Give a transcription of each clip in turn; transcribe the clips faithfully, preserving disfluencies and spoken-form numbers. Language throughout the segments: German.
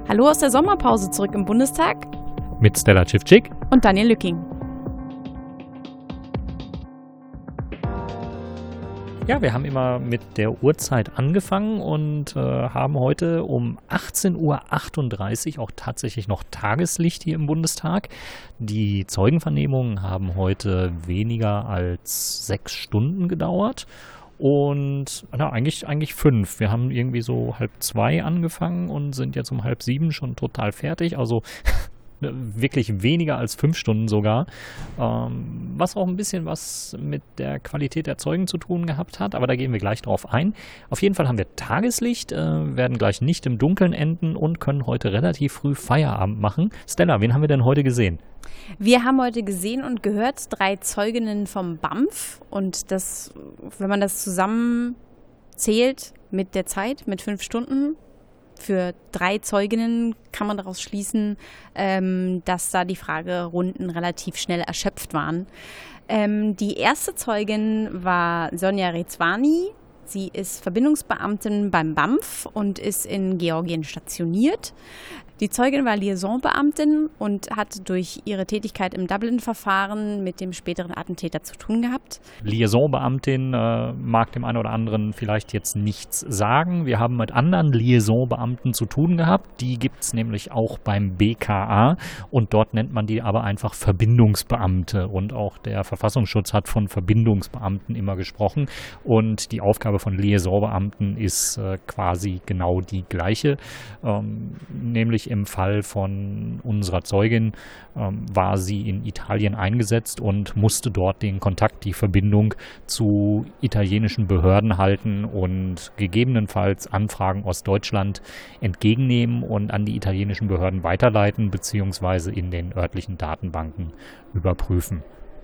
Hallo aus der Sommerpause zurück im Bundestag mit Stella Civcik und Daniel Lücking. Ja, wir haben immer mit der Uhrzeit angefangen und äh, haben heute um achtzehn Uhr achtunddreißig auch tatsächlich noch Tageslicht hier im Bundestag. Die Zeugenvernehmungen haben heute weniger als sechs Stunden gedauert. Und na, eigentlich, eigentlich fünf. Wir haben irgendwie so halb zwei angefangen und sind jetzt um halb sieben schon total fertig. Also wirklich weniger als fünf Stunden sogar. Ähm, was auch ein bisschen was mit der Qualität der Zeugen zu tun gehabt hat. Aber da gehen wir gleich drauf ein. Auf jeden Fall haben wir Tageslicht, äh, werden gleich nicht im Dunkeln enden und können heute relativ früh Feierabend machen. Stella, wen haben wir denn heute gesehen? Wir haben heute gesehen und gehört drei Zeuginnen vom B A M F und das, wenn man das zusammenzählt mit der Zeit, mit fünf Stunden, für drei Zeuginnen kann man daraus schließen, ähm, dass da die Fragerunden relativ schnell erschöpft waren. Ähm, die erste Zeugin war Sonja Rezvani. Sie ist Verbindungsbeamtin beim B A M F und ist in Georgien stationiert. Die Zeugin war Liaisonbeamtin und hat durch ihre Tätigkeit im Dublin-Verfahren mit dem späteren Attentäter zu tun gehabt. Liaisonbeamtin äh, mag dem einen oder anderen vielleicht jetzt nichts sagen. Wir haben mit anderen Liaisonbeamten zu tun gehabt. Die gibt es nämlich auch beim B K A und dort nennt man die aber einfach Verbindungsbeamte. Und auch der Verfassungsschutz hat von Verbindungsbeamten immer gesprochen. Und die Aufgabe von Liaisonbeamten ist äh, quasi genau die gleiche, ähm, nämlich im Fall von unserer Zeugin ähm, war sie in Italien eingesetzt und musste dort den Kontakt, die Verbindung zu italienischen Behörden halten und gegebenenfalls Anfragen aus Deutschland entgegennehmen und an die italienischen Behörden weiterleiten bzw. in den örtlichen Datenbanken überprüfen.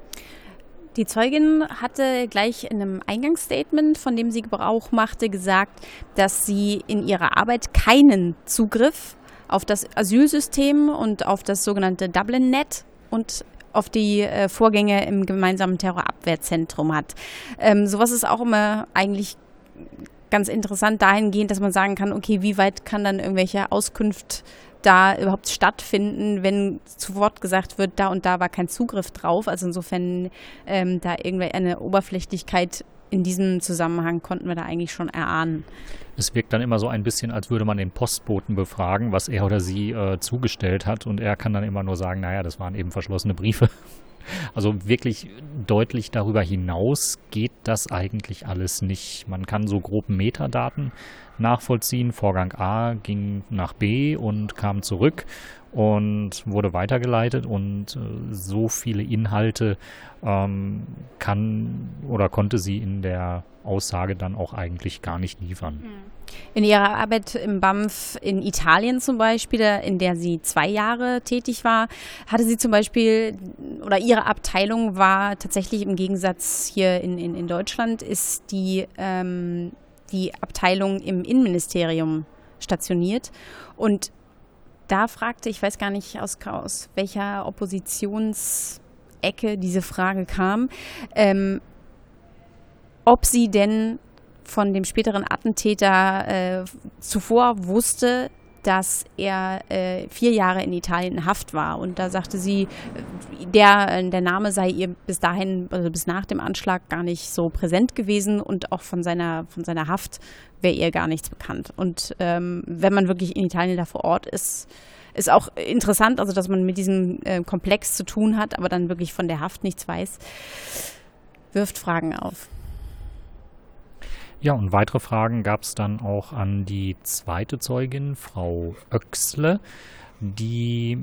Die Zeugin hatte gleich in einem Eingangsstatement, von dem sie Gebrauch machte, gesagt, dass sie in ihrer Arbeit keinen Zugriff auf das Asylsystem und auf das sogenannte Dublin-Net und auf die äh, Vorgänge im gemeinsamen Terrorabwehrzentrum hat. Ähm, sowas ist auch immer eigentlich ganz interessant dahingehend, dass man sagen kann, okay, wie weit kann dann irgendwelche Auskunft da überhaupt stattfinden, wenn sofort gesagt wird, da und da war kein Zugriff drauf. Also insofern ähm, da irgendeine Oberflächlichkeit in diesem Zusammenhang konnten wir da eigentlich schon erahnen. Es wirkt dann immer so ein bisschen, als würde man den Postboten befragen, was er oder sie äh, zugestellt hat. Und er kann dann immer nur sagen, naja, das waren eben verschlossene Briefe. Also wirklich deutlich darüber hinaus geht das eigentlich alles nicht. Man kann so grob Metadaten nachvollziehen. Vorgang A ging nach B und kam zurück und wurde weitergeleitet und äh, so viele Inhalte ähm, kann oder konnte sie in der Aussage dann auch eigentlich gar nicht liefern. In ihrer Arbeit im B A M F in Italien zum Beispiel, in der sie zwei Jahre tätig war, hatte sie zum Beispiel, oder ihre Abteilung war tatsächlich im Gegensatz hier in, in, in Deutschland, ist die, ähm, die Abteilung im Innenministerium stationiert. Und da fragte, ich weiß gar nicht, aus, aus welcher Oppositionsecke diese Frage kam, ähm, ob sie denn von dem späteren Attentäter äh, zuvor wusste, dass er äh, vier Jahre in Italien in Haft war. Und da sagte sie, der, der Name sei ihr bis dahin, also bis nach dem Anschlag gar nicht so präsent gewesen und auch von seiner, von seiner Haft wäre ihr gar nichts bekannt. Und ähm, wenn man wirklich in Italien da vor Ort ist, ist auch interessant, also dass man mit diesem äh, Komplex zu tun hat, aber dann wirklich von der Haft nichts weiß, wirft Fragen auf. Ja, und weitere Fragen gab es dann auch an die zweite Zeugin, Frau Oechsle, die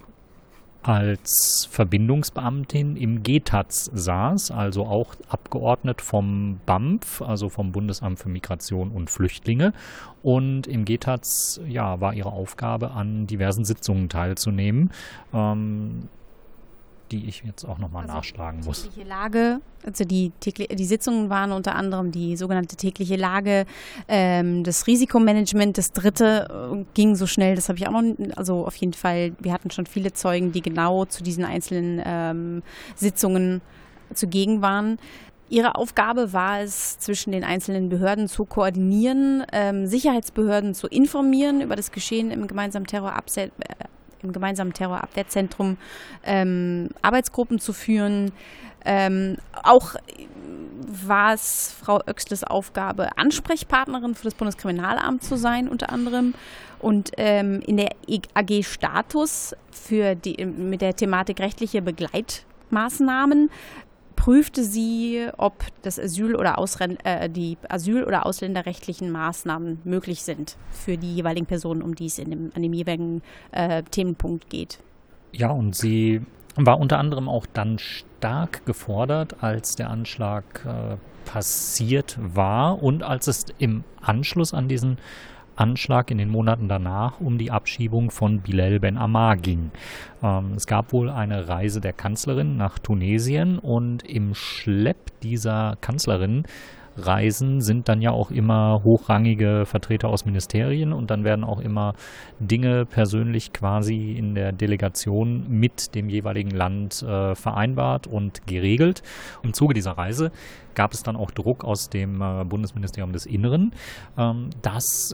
als Verbindungsbeamtin im G T A Z saß, also auch abgeordnet vom B A M F, also vom Bundesamt für Migration und Flüchtlinge. Und im G T A Z ja, war ihre Aufgabe, an diversen Sitzungen teilzunehmen, ähm, die ich jetzt auch nochmal also nachschlagen muss. Tägliche Lage, also die, die Sitzungen waren unter anderem die sogenannte tägliche Lage, ähm, das Risikomanagement, das dritte äh, ging so schnell, das habe ich auch noch, also auf jeden Fall, wir hatten schon viele Zeugen, die genau zu diesen einzelnen ähm, Sitzungen zugegen waren. Ihre Aufgabe war es, zwischen den einzelnen Behörden zu koordinieren, ähm, Sicherheitsbehörden zu informieren über das Geschehen im gemeinsamen Terrorabse- äh, im gemeinsamen Terrorabwehrzentrum, ähm, Arbeitsgruppen zu führen. Ähm, auch war es Frau Oechsles Aufgabe, Ansprechpartnerin für das Bundeskriminalamt zu sein, unter anderem. Und ähm, in der A G Status für die, mit der Thematik rechtliche Begleitmaßnahmen prüfte sie, ob das Asyl- oder Ausren- äh, die Asyl- oder ausländerrechtlichen Maßnahmen möglich sind für die jeweiligen Personen, um die es in dem, an dem jeweiligen äh, Themenpunkt geht. Ja, und sie war unter anderem auch dann stark gefordert, als der Anschlag äh, passiert war und als es im Anschluss an diesen Anschlag in den Monaten danach um die Abschiebung von Bilal Ben Ammar ging. Ähm, es gab wohl eine Reise der Kanzlerin nach Tunesien und im Schlepp dieser Kanzlerin Reisen sind dann ja auch immer hochrangige Vertreter aus Ministerien und dann werden auch immer Dinge persönlich quasi in der Delegation mit dem jeweiligen Land äh, vereinbart und geregelt. Im Zuge dieser Reise gab es dann auch Druck aus dem äh, Bundesministerium des Inneren, ähm, dass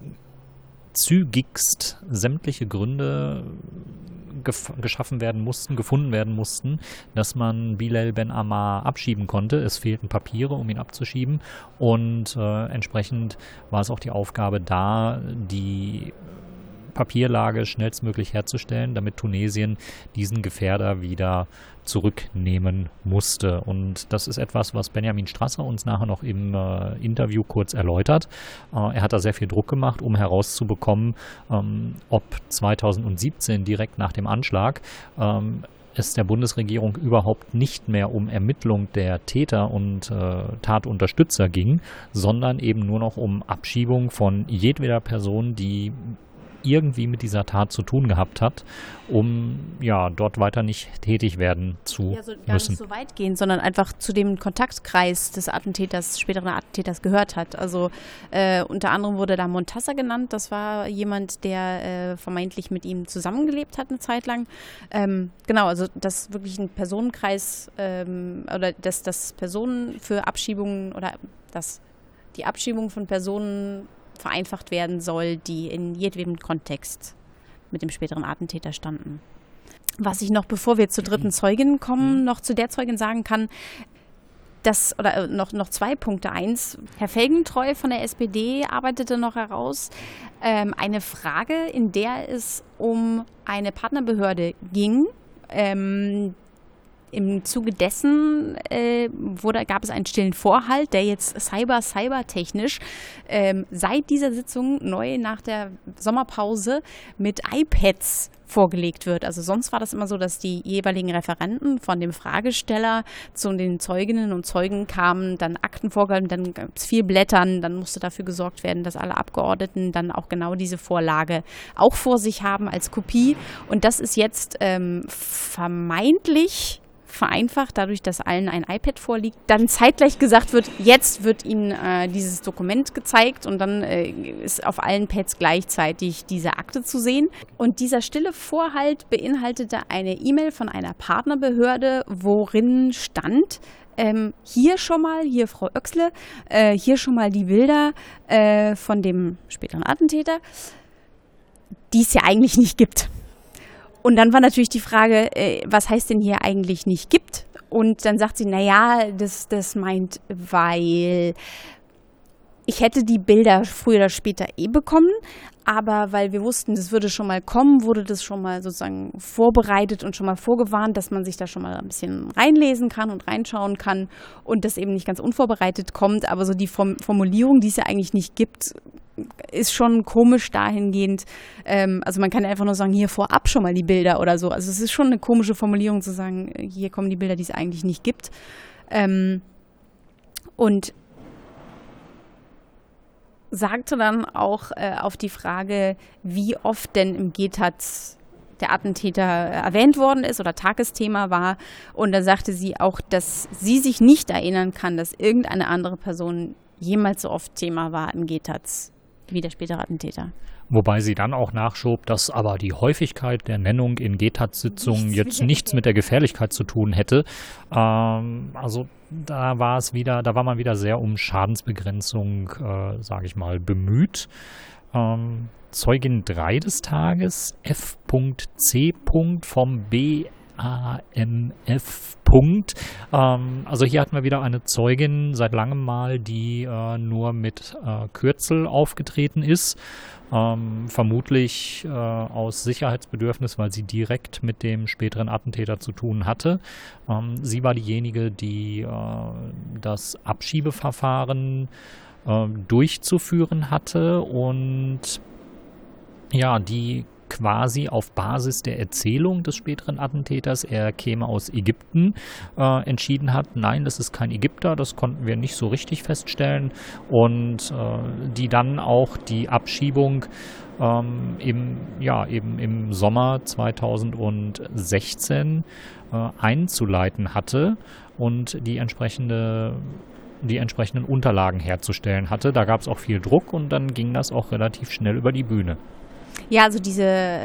zügigst sämtliche Gründe gef- geschaffen werden mussten, gefunden werden mussten, dass man Bilal Ben Ammar abschieben konnte. Es fehlten Papiere, um ihn abzuschieben und äh, entsprechend war es auch die Aufgabe da, die Papierlage schnellstmöglich herzustellen, damit Tunesien diesen Gefährder wieder zurücknehmen musste. Und das ist etwas, was Benjamin Strasser uns nachher noch im äh, Interview kurz erläutert. Äh, er hat da sehr viel Druck gemacht, um herauszubekommen, ähm, ob zweitausendsiebzehn, direkt nach dem Anschlag, ähm, es der Bundesregierung überhaupt nicht mehr um Ermittlung der Täter und äh, Tatunterstützer ging, sondern eben nur noch um Abschiebung von jedweder Person, die irgendwie mit dieser Tat zu tun gehabt hat, um ja dort weiter nicht tätig werden zu ja, so, gar müssen. Nicht so weit gehen, sondern einfach zu dem Kontaktkreis des Attentäters, späteren Attentäters gehört hat. Also äh, unter anderem wurde da Montasser genannt. Das war jemand, der äh, vermeintlich mit ihm zusammengelebt hat eine Zeit lang. Ähm, genau, also dass wirklich ein Personenkreis ähm, oder dass das Personen für Abschiebungen oder dass die Abschiebung von Personen vereinfacht werden soll, die in jedem Kontext mit dem späteren Attentäter standen. Was ich noch, bevor wir zur dritten Zeugin kommen, noch zu der Zeugin sagen kann, dass, oder noch, noch zwei Punkte. Eins, Herr Felgentreu von der S P D arbeitete noch heraus ähm, eine Frage, in der es um eine Partnerbehörde ging. Ähm, Im Zuge dessen äh, wurde, gab es einen stillen Vorhalt, der jetzt cyber-cyber-technisch ähm, seit dieser Sitzung neu nach der Sommerpause mit iPads vorgelegt wird. Also sonst war das immer so, dass die jeweiligen Referenten von dem Fragesteller zu den Zeuginnen und Zeugen kamen, dann Akten vorgehalten, dann gab es vier Blättern, dann musste dafür gesorgt werden, dass alle Abgeordneten dann auch genau diese Vorlage auch vor sich haben als Kopie. Und das ist jetzt ähm, vermeintlich vereinfacht, dadurch, dass allen ein iPad vorliegt, dann zeitgleich gesagt wird, jetzt wird Ihnen äh, dieses Dokument gezeigt und dann äh, ist auf allen Pads gleichzeitig diese Akte zu sehen. Und dieser stille Vorhalt beinhaltete eine E-Mail von einer Partnerbehörde, worin stand, ähm, hier schon mal, hier Frau Oechsle, äh, hier schon mal die Bilder äh, von dem späteren Attentäter, die es ja eigentlich nicht gibt. Und dann war natürlich die Frage, äh, was heißt denn hier eigentlich nicht gibt? Und dann sagt sie, naja, das, das meint, weil ich hätte die Bilder früher oder später eh bekommen, aber weil wir wussten, das würde schon mal kommen, wurde das schon mal sozusagen vorbereitet und schon mal vorgewarnt, dass man sich da schon mal ein bisschen reinlesen kann und reinschauen kann und das eben nicht ganz unvorbereitet kommt. Aber so die Formulierung, die es ja eigentlich nicht gibt, ist schon komisch dahingehend, ähm, also man kann einfach nur sagen, hier vorab schon mal die Bilder oder so. Also es ist schon eine komische Formulierung zu sagen, hier kommen die Bilder, die es eigentlich nicht gibt. Ähm, und sagte dann auch äh, auf die Frage, wie oft denn im G T A Z der Attentäter erwähnt worden ist oder Tagesthema war. Und da sagte sie auch, dass sie sich nicht erinnern kann, dass irgendeine andere Person jemals so oft Thema war im G T A Z. wie der spätere Attentäter. Wobei sie dann auch nachschob, dass aber die Häufigkeit der Nennung in G T A T-Sitzungen nichts jetzt nichts mit der Gefährlichkeit zu tun hätte. Ähm, also da war es wieder, da war man wieder sehr um Schadensbegrenzung, äh, sage ich mal, bemüht. Ähm, Zeugin drei des Tages, F C. vom B A M F. Ähm, also hier hatten wir wieder eine Zeugin seit langem mal, die äh, nur mit äh, Kürzel aufgetreten ist. Ähm, vermutlich äh, aus Sicherheitsbedürfnis, weil sie direkt mit dem späteren Attentäter zu tun hatte. Ähm, sie war diejenige, die äh, das Abschiebeverfahren äh, durchzuführen hatte und ja, die quasi auf Basis der Erzählung des späteren Attentäters, er käme aus Ägypten, äh, entschieden hat, nein, das ist kein Ägypter, das konnten wir nicht so richtig feststellen und äh, die dann auch die Abschiebung ähm, im, ja, eben im Sommer zweitausendsechzehn äh, einzuleiten hatte und die entsprechende die entsprechenden Unterlagen herzustellen hatte. Da gab es auch viel Druck und dann ging das auch relativ schnell über die Bühne. Ja, also diese,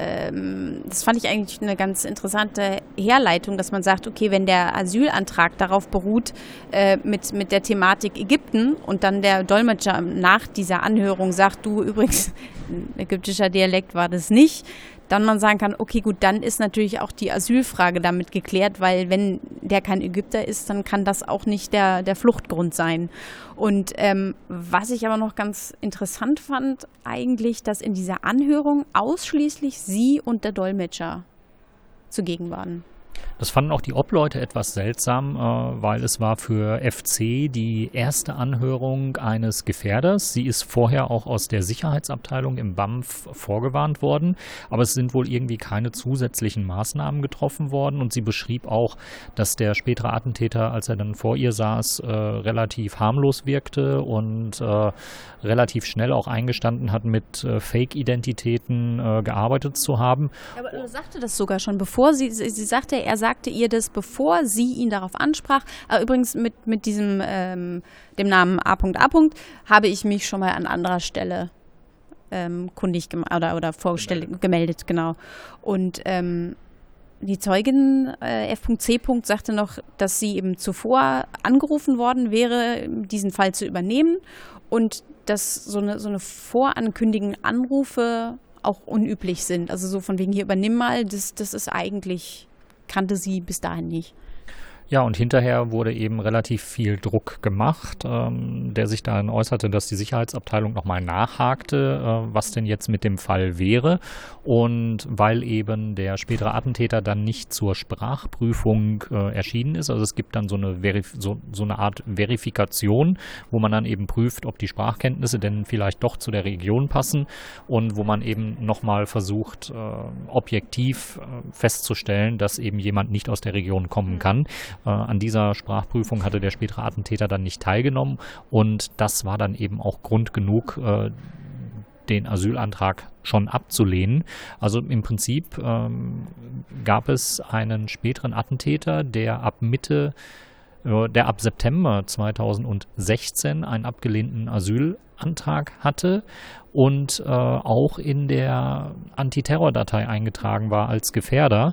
ähm, das fand ich eigentlich eine ganz interessante Herleitung, dass man sagt, okay, wenn der Asylantrag darauf beruht, äh, mit, mit der Thematik Ägypten und dann der Dolmetscher nach dieser Anhörung sagt, du übrigens, ein ägyptischer Dialekt war das nicht, dann man sagen kann, okay, gut, dann ist natürlich auch die Asylfrage damit geklärt, weil wenn der kein Ägypter ist, dann kann das auch nicht der, der Fluchtgrund sein. Und ähm, was ich aber noch ganz interessant fand, eigentlich, dass in dieser Anhörung ausschließlich sie und der Dolmetscher zugegen waren. Das fanden auch die Obleute etwas seltsam, äh, weil es war für F C die erste Anhörung eines Gefährders. Sie ist vorher auch aus der Sicherheitsabteilung im B A M F vorgewarnt worden, aber es sind wohl irgendwie keine zusätzlichen Maßnahmen getroffen worden und sie beschrieb auch, dass der spätere Attentäter, als er dann vor ihr saß, äh, relativ harmlos wirkte und äh, relativ schnell auch eingestanden hat, mit äh, Fake-Identitäten äh, gearbeitet zu haben. Aber er sagte das sogar schon, bevor sie, sie sagte, er sagte ihr das, bevor sie ihn darauf ansprach. Aber übrigens mit, mit diesem, ähm, dem Namen A A. habe ich mich schon mal an anderer Stelle ähm, kundig gem- oder, oder vorgestellt, gemeldet, genau. Und ähm, die Zeugin äh, F C. sagte noch, dass sie eben zuvor angerufen worden wäre, diesen Fall zu übernehmen und dass so eine, so eine vorankündigen Anrufe auch unüblich sind. Also so von wegen hier übernimm mal, das, das ist eigentlich, kannte sie bis dahin nicht. Ja, und hinterher wurde eben relativ viel Druck gemacht, ähm, der sich dann äußerte, dass die Sicherheitsabteilung nochmal nachhakte, äh, was denn jetzt mit dem Fall wäre. Und weil eben der spätere Attentäter dann nicht zur Sprachprüfung äh, erschienen ist, also es gibt dann so eine, Verif- so, so eine Art Verifikation, wo man dann eben prüft, ob die Sprachkenntnisse denn vielleicht doch zu der Region passen und wo man eben nochmal versucht, äh, objektiv äh, festzustellen, dass eben jemand nicht aus der Region kommen kann. Äh, an dieser Sprachprüfung hatte der spätere Attentäter dann nicht teilgenommen und das war dann eben auch Grund genug, äh, den Asylantrag schon abzulehnen. Also im Prinzip ähm, gab es einen späteren Attentäter, der ab Mitte, äh, der ab September zweitausendsechzehn einen abgelehnten Asylantrag hatte und äh, auch in der Antiterrordatei eingetragen war als Gefährder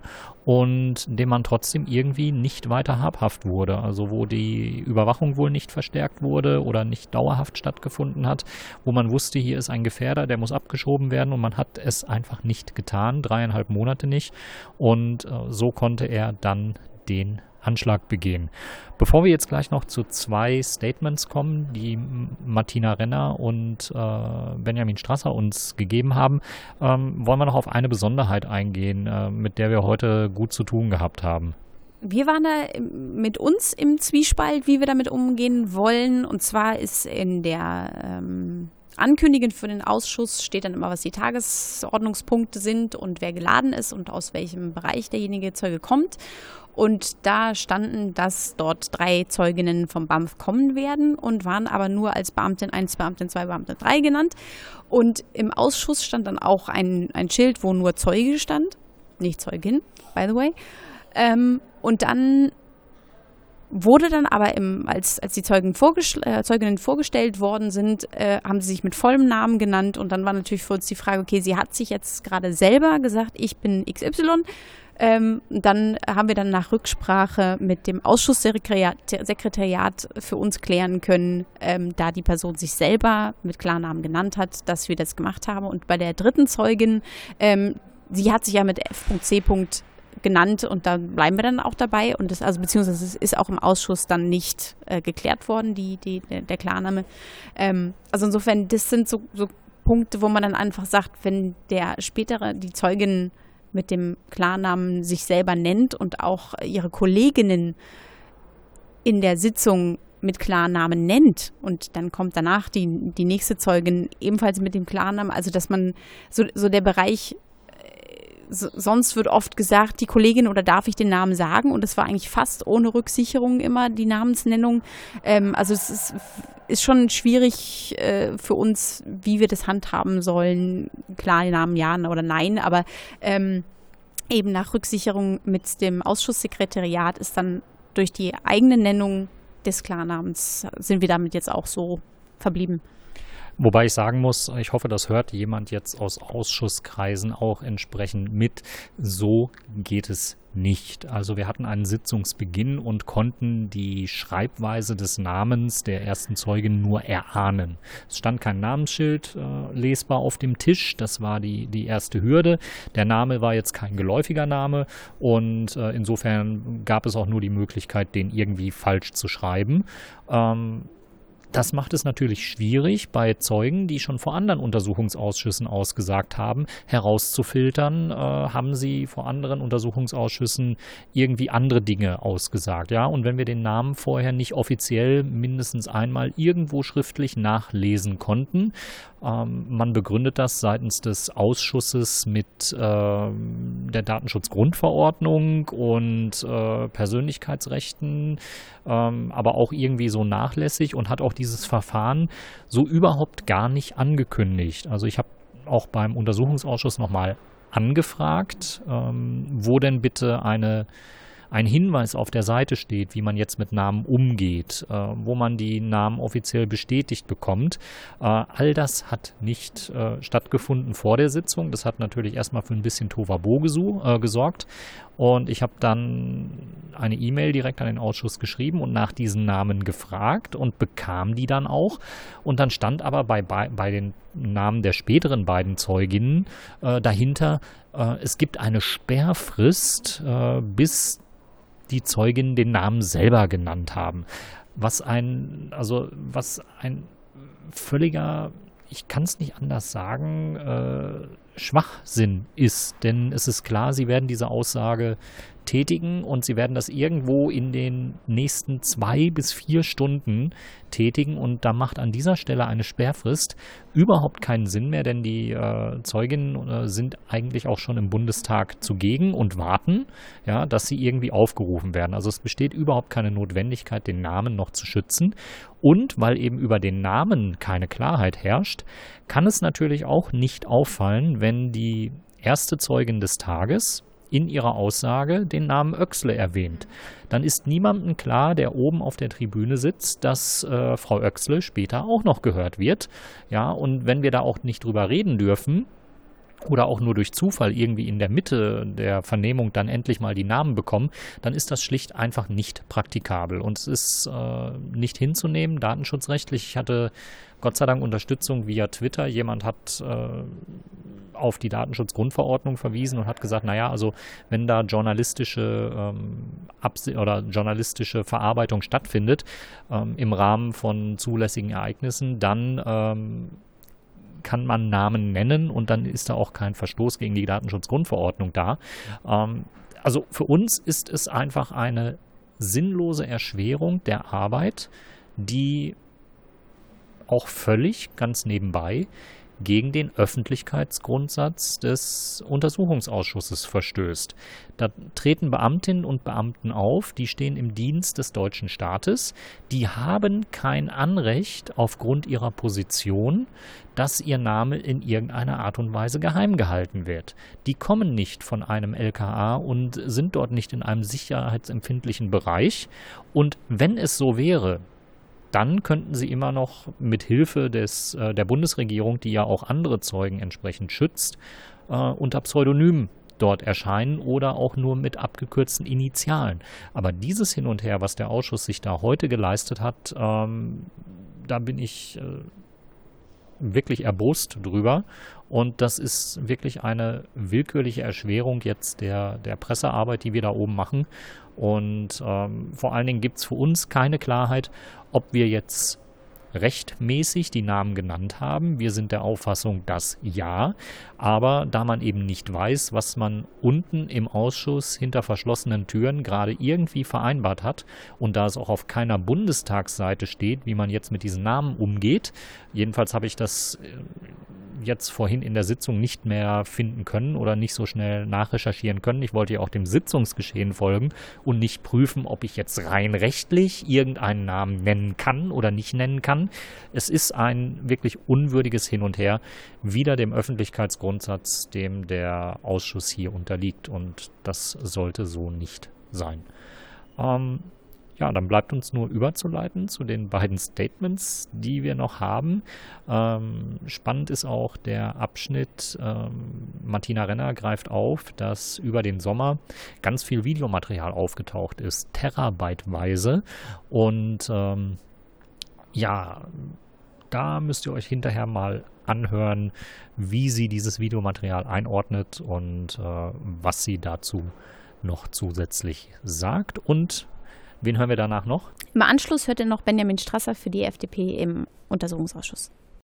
und dem man trotzdem irgendwie nicht weiter habhaft wurde. Also wo die Überwachung wohl nicht verstärkt wurde oder nicht dauerhaft stattgefunden hat, wo man wusste, hier ist ein Gefährder, der muss abgeschoben werden und man hat es einfach nicht getan, dreieinhalb Monate nicht und äh, so konnte er dann den Anschlag begehen. Bevor wir jetzt gleich noch zu zwei Statements kommen, die Martina Renner und äh, Benjamin Strasser uns gegeben haben, ähm, wollen wir noch auf eine Besonderheit eingehen, äh, mit der wir heute gut zu tun gehabt haben. Wir waren da mit uns im Zwiespalt, wie wir damit umgehen wollen. Und zwar ist in der ähm, Ankündigung für den Ausschuss steht dann immer, was die Tagesordnungspunkte sind und wer geladen ist und aus welchem Bereich derjenige Zeuge kommt. Und da standen, dass dort drei Zeuginnen vom B A M F kommen werden und waren aber nur als Beamtin eins, Beamtin zwei, Beamtin drei genannt. Und im Ausschuss stand dann auch ein, ein Schild, wo nur Zeuge stand, nicht Zeugin, by the way. Ähm, und dann wurde dann aber, im, als, als die Zeugen vorgest- äh, Zeuginnen vorgestellt worden sind, äh, haben sie sich mit vollem Namen genannt. Und dann war natürlich für uns die Frage, okay, sie hat sich jetzt gerade selber gesagt, ich bin X Y. Ähm, dann haben wir dann nach Rücksprache mit dem Ausschusssekretariat Sekretariat für uns klären können, ähm, da die Person sich selber mit Klarnamen genannt hat, dass wir das gemacht haben. Und bei der dritten Zeugin, ähm, sie hat sich ja mit F C genannt und da bleiben wir dann auch dabei. Und das, also beziehungsweise es ist auch im Ausschuss dann nicht äh, geklärt worden, die, die, der, der Klarname. Ähm, also insofern, das sind so, so Punkte, wo man dann einfach sagt, wenn der spätere, die Zeugin mit dem Klarnamen sich selber nennt und auch ihre Kolleginnen in der Sitzung mit Klarnamen nennt und dann kommt danach die, die nächste Zeugin ebenfalls mit dem Klarnamen, also dass man so, so der Bereich, so, sonst wird oft gesagt, die Kollegin oder darf ich den Namen sagen, und das war eigentlich fast ohne Rücksicherung immer die Namensnennung. Ähm, also es ist, ist schon schwierig äh, für uns, wie wir das handhaben sollen. Klar, Namen ja oder nein, aber ähm, eben nach Rücksicherung mit dem Ausschusssekretariat ist dann durch die eigene Nennung des Klarnamens, sind wir damit jetzt auch so verblieben. Wobei ich sagen muss, ich hoffe, das hört jemand jetzt aus Ausschusskreisen auch entsprechend mit. So geht es nicht. Also wir hatten einen Sitzungsbeginn und konnten die Schreibweise des Namens der ersten Zeugin nur erahnen. Es stand kein Namensschild äh, lesbar auf dem Tisch. Das war die, die erste Hürde. Der Name war jetzt kein geläufiger Name und äh, insofern gab es auch nur die Möglichkeit, den irgendwie falsch zu schreiben. Ähm, Das macht es natürlich schwierig, bei Zeugen, die schon vor anderen Untersuchungsausschüssen ausgesagt haben, herauszufiltern, äh, haben sie vor anderen Untersuchungsausschüssen irgendwie andere Dinge ausgesagt. Ja? Und wenn wir den Namen vorher nicht offiziell mindestens einmal irgendwo schriftlich nachlesen konnten, ähm, man begründet das seitens des Ausschusses mit äh, der Datenschutzgrundverordnung und äh, Persönlichkeitsrechten, ähm, aber auch irgendwie so nachlässig und hat auch dieses Verfahren so überhaupt gar nicht angekündigt. Also ich habe auch beim Untersuchungsausschuss nochmal angefragt, ähm, wo denn bitte eine ein Hinweis auf der Seite steht, wie man jetzt mit Namen umgeht, äh, wo man die Namen offiziell bestätigt bekommt. Äh, all das hat nicht äh, stattgefunden vor der Sitzung. Das hat natürlich erstmal für ein bisschen Tohuwabohu gesu- äh, gesorgt. Und ich habe dann eine E-Mail direkt an den Ausschuss geschrieben und nach diesen Namen gefragt und bekam die dann auch. Und dann stand aber bei, bei, bei den Namen der späteren beiden Zeuginnen äh, dahinter, äh, es gibt eine Sperrfrist, äh, bis die Zeuginnen den Namen selber genannt haben. Was ein, also was ein völliger, ich kann es nicht anders sagen, äh, Schwachsinn ist. Denn es ist klar, sie werden diese Aussage tätigen und sie werden das irgendwo in den nächsten zwei bis vier Stunden tätigen und da macht an dieser Stelle eine Sperrfrist überhaupt keinen Sinn mehr, denn die äh, Zeuginnen äh, sind eigentlich auch schon im Bundestag zugegen und warten, ja, dass sie irgendwie aufgerufen werden. Also es besteht überhaupt keine Notwendigkeit, den Namen noch zu schützen. Und weil eben über den Namen keine Klarheit herrscht, kann es natürlich auch nicht auffallen, wenn die erste Zeugin des Tages in ihrer Aussage den Namen Oechsle erwähnt. Dann ist niemandem klar, der oben auf der Tribüne sitzt, dass äh, Frau Oechsle später auch noch gehört wird. Ja, und wenn wir da auch nicht drüber reden dürfen, oder auch nur durch Zufall irgendwie in der Mitte der Vernehmung dann endlich mal die Namen bekommen, dann ist das schlicht einfach nicht praktikabel. Und es ist äh, nicht hinzunehmen, datenschutzrechtlich. Ich hatte Gott sei Dank Unterstützung via Twitter. Jemand hat äh, auf die Datenschutzgrundverordnung verwiesen und hat gesagt, naja, also wenn da journalistische ähm, Abs- oder journalistische Verarbeitung stattfindet ähm, im Rahmen von zulässigen Ereignissen, dann ähm, kann man Namen nennen und dann ist da auch kein Verstoß gegen die Datenschutzgrundverordnung da. Ähm, also für uns ist es einfach eine sinnlose Erschwerung der Arbeit, die auch völlig, ganz nebenbei, gegen den Öffentlichkeitsgrundsatz des Untersuchungsausschusses verstößt. Da treten Beamtinnen und Beamten auf, die stehen im Dienst des deutschen Staates, die haben kein Anrecht aufgrund ihrer Position, dass ihr Name in irgendeiner Art und Weise geheim gehalten wird. Die kommen nicht von einem L K A und sind dort nicht in einem sicherheitsempfindlichen Bereich. Und wenn es so wäre, dann könnten sie immer noch mit Hilfe des, äh, der Bundesregierung, die ja auch andere Zeugen entsprechend schützt, äh, unter Pseudonym dort erscheinen oder auch nur mit abgekürzten Initialen. Aber dieses Hin und Her, was der Ausschuss sich da heute geleistet hat, ähm, da bin ich äh, wirklich erbost drüber. Und das ist wirklich eine willkürliche Erschwerung jetzt der, der Pressearbeit, die wir da oben machen. Und ähm, vor allen Dingen gibt es für uns keine Klarheit, ob wir jetzt rechtmäßig die Namen genannt haben. Wir sind der Auffassung, dass ja, aber da man eben nicht weiß, was man unten im Ausschuss hinter verschlossenen Türen gerade irgendwie vereinbart hat und da es auch auf keiner Bundestagsseite steht, wie man jetzt mit diesen Namen umgeht, jedenfalls habe ich das jetzt vorhin in der Sitzung nicht mehr finden können oder nicht so schnell nachrecherchieren können. Ich wollte ja auch dem Sitzungsgeschehen folgen und nicht prüfen, ob ich jetzt rein rechtlich irgendeinen Namen nennen kann oder nicht nennen kann. Es ist ein wirklich unwürdiges Hin und Her, wider dem Öffentlichkeitsgrundsatz, dem der Ausschuss hier unterliegt. Und das sollte so nicht sein. Ähm, Ja, dann bleibt uns nur überzuleiten zu den beiden Statements, die wir noch haben. Ähm, spannend ist auch der Abschnitt, ähm, Martina Renner greift auf, dass über den Sommer ganz viel Videomaterial aufgetaucht ist, terabyteweise. Und ähm, ja, da müsst ihr euch hinterher mal anhören, wie sie dieses Videomaterial einordnet und äh, was sie dazu noch zusätzlich sagt. Und wen hören wir danach noch? Im Anschluss hört ihr noch Benjamin Strasser für die F D P im Untersuchungsausschuss.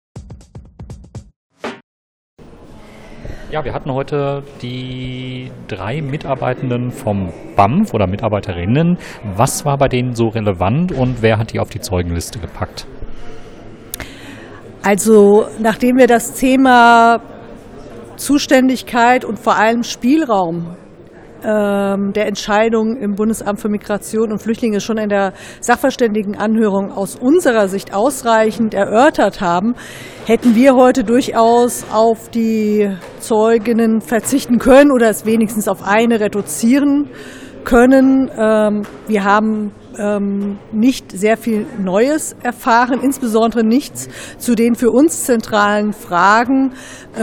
Ja, wir hatten heute die drei Mitarbeitenden vom B A M F oder Mitarbeiterinnen. Was war bei denen so relevant und wer hat die auf die Zeugenliste gepackt? Also, nachdem wir das Thema Zuständigkeit und vor allem Spielraum der Entscheidung im Bundesamt für Migration und Flüchtlinge schon in der Sachverständigenanhörung aus unserer Sicht ausreichend erörtert haben, hätten wir heute durchaus auf die Zeuginnen verzichten können oder es wenigstens auf eine reduzieren können. Wir haben nicht sehr viel Neues erfahren, insbesondere nichts zu den für uns zentralen Fragen, äh,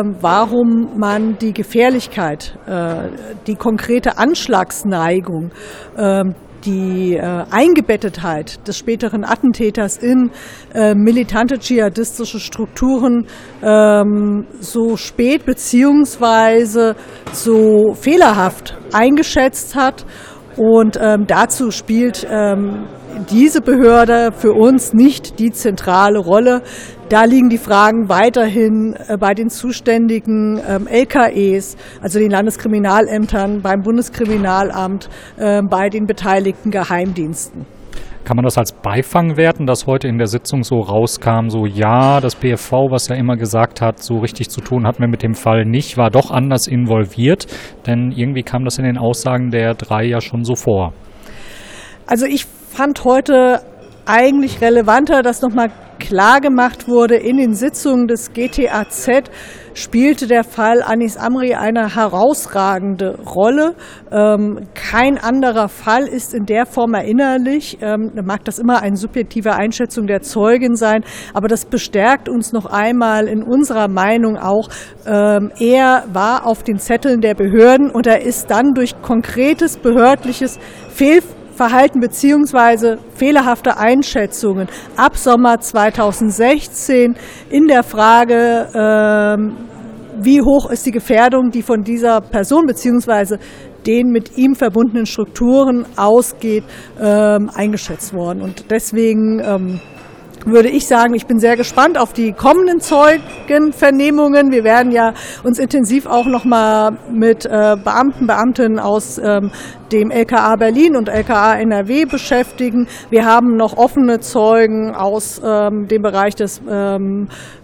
warum man die Gefährlichkeit, äh, die konkrete Anschlagsneigung, äh, die äh, Eingebettetheit des späteren Attentäters in äh, militante dschihadistische Strukturen ähm, so spät beziehungsweise so fehlerhaft eingeschätzt hat. Und ähm, dazu spielt ähm, diese Behörde für uns nicht die zentrale Rolle. Da liegen die Fragen weiterhin äh, bei den zuständigen ähm, L K Es, also den Landeskriminalämtern, beim Bundeskriminalamt, äh, bei den beteiligten Geheimdiensten. Kann man das als Beifang werten, dass heute in der Sitzung so rauskam, so ja, das B F V, was ja immer gesagt hat, so richtig zu tun hatten wir mit dem Fall nicht, war doch anders involviert, denn irgendwie kam das in den Aussagen der drei ja schon so vor. Also ich fand heute eigentlich relevanter, dass nochmal klar gemacht wurde, in den Sitzungen des G T A Z spielte der Fall Anis Amri eine herausragende Rolle. Ähm, kein anderer Fall ist in der Form erinnerlich. Ähm, mag das immer eine subjektive Einschätzung der Zeugin sein, aber das bestärkt uns noch einmal in unserer Meinung auch, ähm, er war auf den Zetteln der Behörden und er ist dann durch konkretes behördliches Fehlverhalten Verhalten beziehungsweise fehlerhafte Einschätzungen ab Sommer zweitausendsechzehn in der Frage, ähm, wie hoch ist die Gefährdung, die von dieser Person beziehungsweise den mit ihm verbundenen Strukturen ausgeht, ähm, eingeschätzt worden. Und deswegen ähm, würde ich sagen, ich bin sehr gespannt auf die kommenden Zeugenvernehmungen. Wir werden ja uns intensiv auch noch mal mit äh, Beamten, Beamtinnen aus ähm, dem L K A Berlin und L K A N R W beschäftigen. Wir haben noch offene Zeugen aus ähm, dem Bereich des ähm,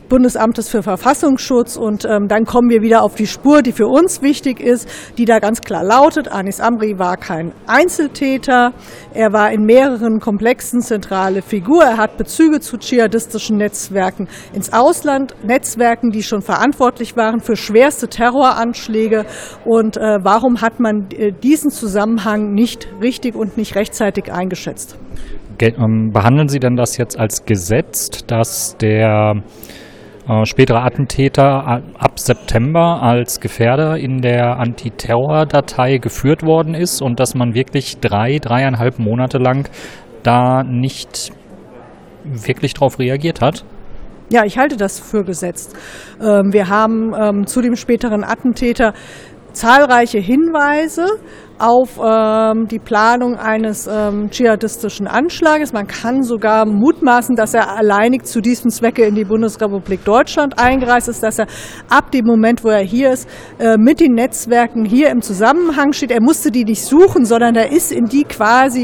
Bundesamtes für Verfassungsschutz und ähm, dann kommen wir wieder auf die Spur, die für uns wichtig ist, die da ganz klar lautet, Anis Amri war kein Einzeltäter, er war in mehreren Komplexen zentrale Figur, er hat Bezüge zu dschihadistischen Netzwerken ins Ausland, Netzwerken, die schon verantwortlich waren für schwerste Terroranschläge und äh, warum hat man äh, diesen Zusammenhang nicht richtig und nicht rechtzeitig eingeschätzt? Ge- ähm, behandeln Sie denn das jetzt als gesetzt, dass der Äh, spätere Attentäter ab September als Gefährder in der Antiterror-Datei geführt worden ist und dass man wirklich drei, dreieinhalb Monate lang da nicht wirklich drauf reagiert hat? Ja, ich halte das für gesetzt. Ähm, wir haben ähm, zu dem späteren Attentäter zahlreiche Hinweise auf ähm, die Planung eines ähm, dschihadistischen Anschlages. Man kann sogar mutmaßen, dass er alleinig zu diesem Zwecke in die Bundesrepublik Deutschland eingereist ist, dass er ab dem Moment, wo er hier ist, äh, mit den Netzwerken hier im Zusammenhang steht. Er musste die nicht suchen, sondern er ist in die quasi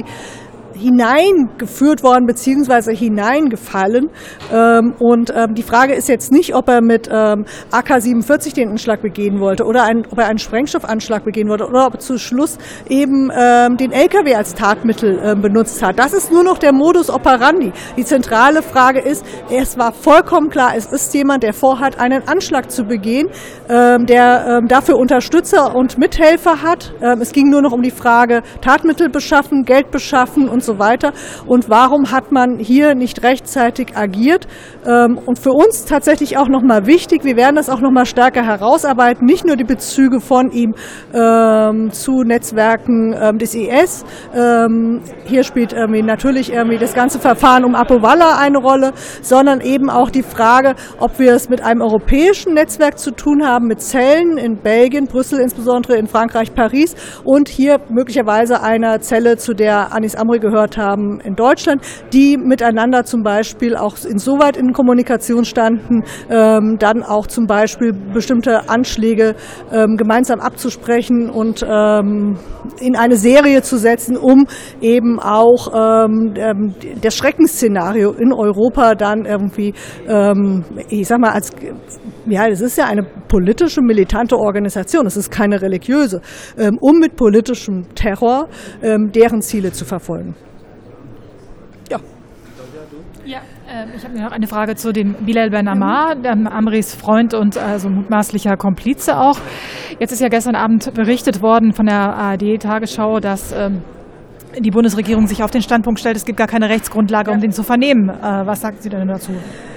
hineingeführt worden beziehungsweise hineingefallen. Ähm, und ähm, die Frage ist jetzt nicht, ob er mit ähm, A K siebenundvierzig den Anschlag begehen wollte oder ein, ob er einen Sprengstoffanschlag begehen wollte oder ob er zu Schluss eben ähm, den L K W als Tatmittel ähm, benutzt hat. Das ist nur noch der Modus operandi. Die zentrale Frage ist, es war vollkommen klar, es ist jemand, der vorhat, einen Anschlag zu begehen, ähm, der ähm, dafür Unterstützer und Mithelfer hat. Ähm, es ging nur noch um die Frage, Tatmittel beschaffen, Geld beschaffen und so weiter. Und warum hat man hier nicht rechtzeitig agiert? Und für uns tatsächlich auch nochmal wichtig, wir werden das auch nochmal stärker herausarbeiten, nicht nur die Bezüge von ihm ähm, zu Netzwerken ähm, des I S. Ähm, hier spielt irgendwie natürlich irgendwie das ganze Verfahren um Abu Wallah eine Rolle, sondern eben auch die Frage, ob wir es mit einem europäischen Netzwerk zu tun haben, mit Zellen in Belgien, Brüssel insbesondere, in Frankreich, Paris und hier möglicherweise einer Zelle, zu der Anis Amri gehört haben in Deutschland, die miteinander zum Beispiel auch insoweit in Kommunikation standen, ähm, dann auch zum Beispiel bestimmte Anschläge ähm, gemeinsam abzusprechen und ähm, in eine Serie zu setzen, um eben auch ähm, das Schreckensszenario in Europa dann irgendwie, ähm, ich sag mal, als, ja, das ist ja eine politische, militante Organisation, es ist keine religiöse, ähm, um mit politischem Terror ähm, deren Ziele zu verfolgen. Ja. Ja, äh, ich habe noch eine Frage zu dem Bilal Ben Ammar, ähm, Amris Freund und also mutmaßlicher Komplize auch. Jetzt ist ja gestern Abend berichtet worden von der A R D-Tagesschau, dass ähm, die Bundesregierung sich auf den Standpunkt stellt, es gibt gar keine Rechtsgrundlage, um den zu vernehmen. Äh, was sagt sie denn dazu?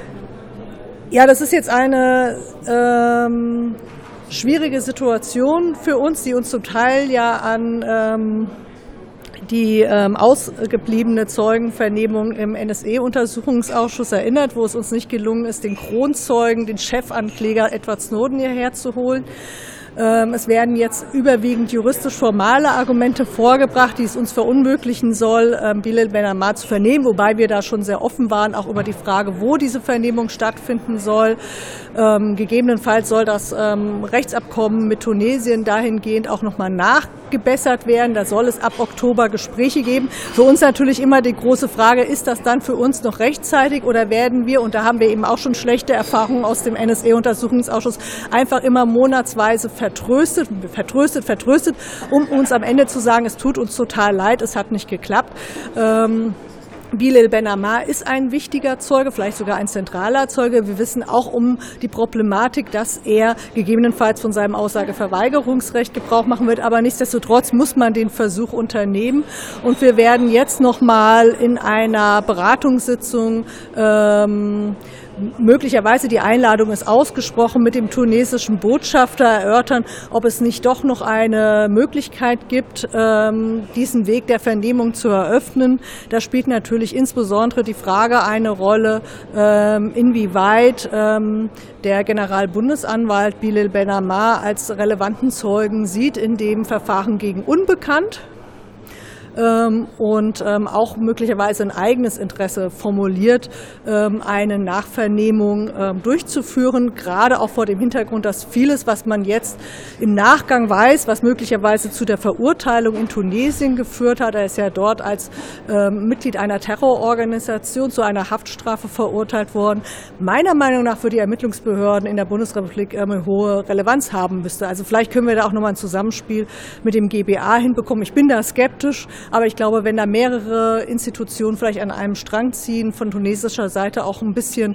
Ja, das ist jetzt eine ähm, schwierige Situation für uns, die uns zum Teil ja an ähm, die ähm, ausgebliebene Zeugenvernehmung im N S A-Untersuchungsausschuss erinnert, wo es uns nicht gelungen ist, den Kronzeugen, den Chefankläger Edward Snowden hierher zu holen. Ähm, es werden jetzt überwiegend juristisch-formale Argumente vorgebracht, die es uns verunmöglichen soll, ähm, Bilal Ben Ammar zu vernehmen, wobei wir da schon sehr offen waren, auch über die Frage, wo diese Vernehmung stattfinden soll. Ähm, gegebenenfalls soll das ähm, Rechtsabkommen mit Tunesien dahingehend auch nochmal nachgebessert werden. Da soll es ab Oktober Gespräche geben. Für uns natürlich immer die große Frage, ist das dann für uns noch rechtzeitig oder werden wir, und da haben wir eben auch schon schlechte Erfahrungen aus dem N S A-Untersuchungsausschuss, einfach immer monatsweise vertröstet, vertröstet, vertröstet, um uns am Ende zu sagen, es tut uns total leid, es hat nicht geklappt. Ähm, Bilal Ben Ammar ist ein wichtiger Zeuge, vielleicht sogar ein zentraler Zeuge. Wir wissen auch um die Problematik, dass er gegebenenfalls von seinem Aussageverweigerungsrecht Gebrauch machen wird. Aber nichtsdestotrotz muss man den Versuch unternehmen. Und wir werden jetzt noch mal in einer Beratungssitzung ähm, möglicherweise, die Einladung ist ausgesprochen, mit dem tunesischen Botschafter erörtern, ob es nicht doch noch eine Möglichkeit gibt, diesen Weg der Vernehmung zu eröffnen. Da spielt natürlich insbesondere die Frage eine Rolle, inwieweit der Generalbundesanwalt Bilal Ben Ammar als relevanten Zeugen sieht in dem Verfahren gegen Unbekannt. ähm, und ähm, auch möglicherweise ein eigenes Interesse formuliert, ähm, eine Nachvernehmung ähm, durchzuführen, gerade auch vor dem Hintergrund, dass vieles, was man jetzt im Nachgang weiß, was möglicherweise zu der Verurteilung in Tunesien geführt hat, er ist ja dort als ähm, Mitglied einer Terrororganisation zu einer Haftstrafe verurteilt worden, meiner Meinung nach für die Ermittlungsbehörden in der Bundesrepublik äh, eine hohe Relevanz haben müsste. Also vielleicht können wir da auch nochmal ein Zusammenspiel mit dem G B A hinbekommen. Ich bin da skeptisch, aber ich glaube, wenn da mehrere Institutionen vielleicht an einem Strang ziehen, von tunesischer Seite auch ein bisschen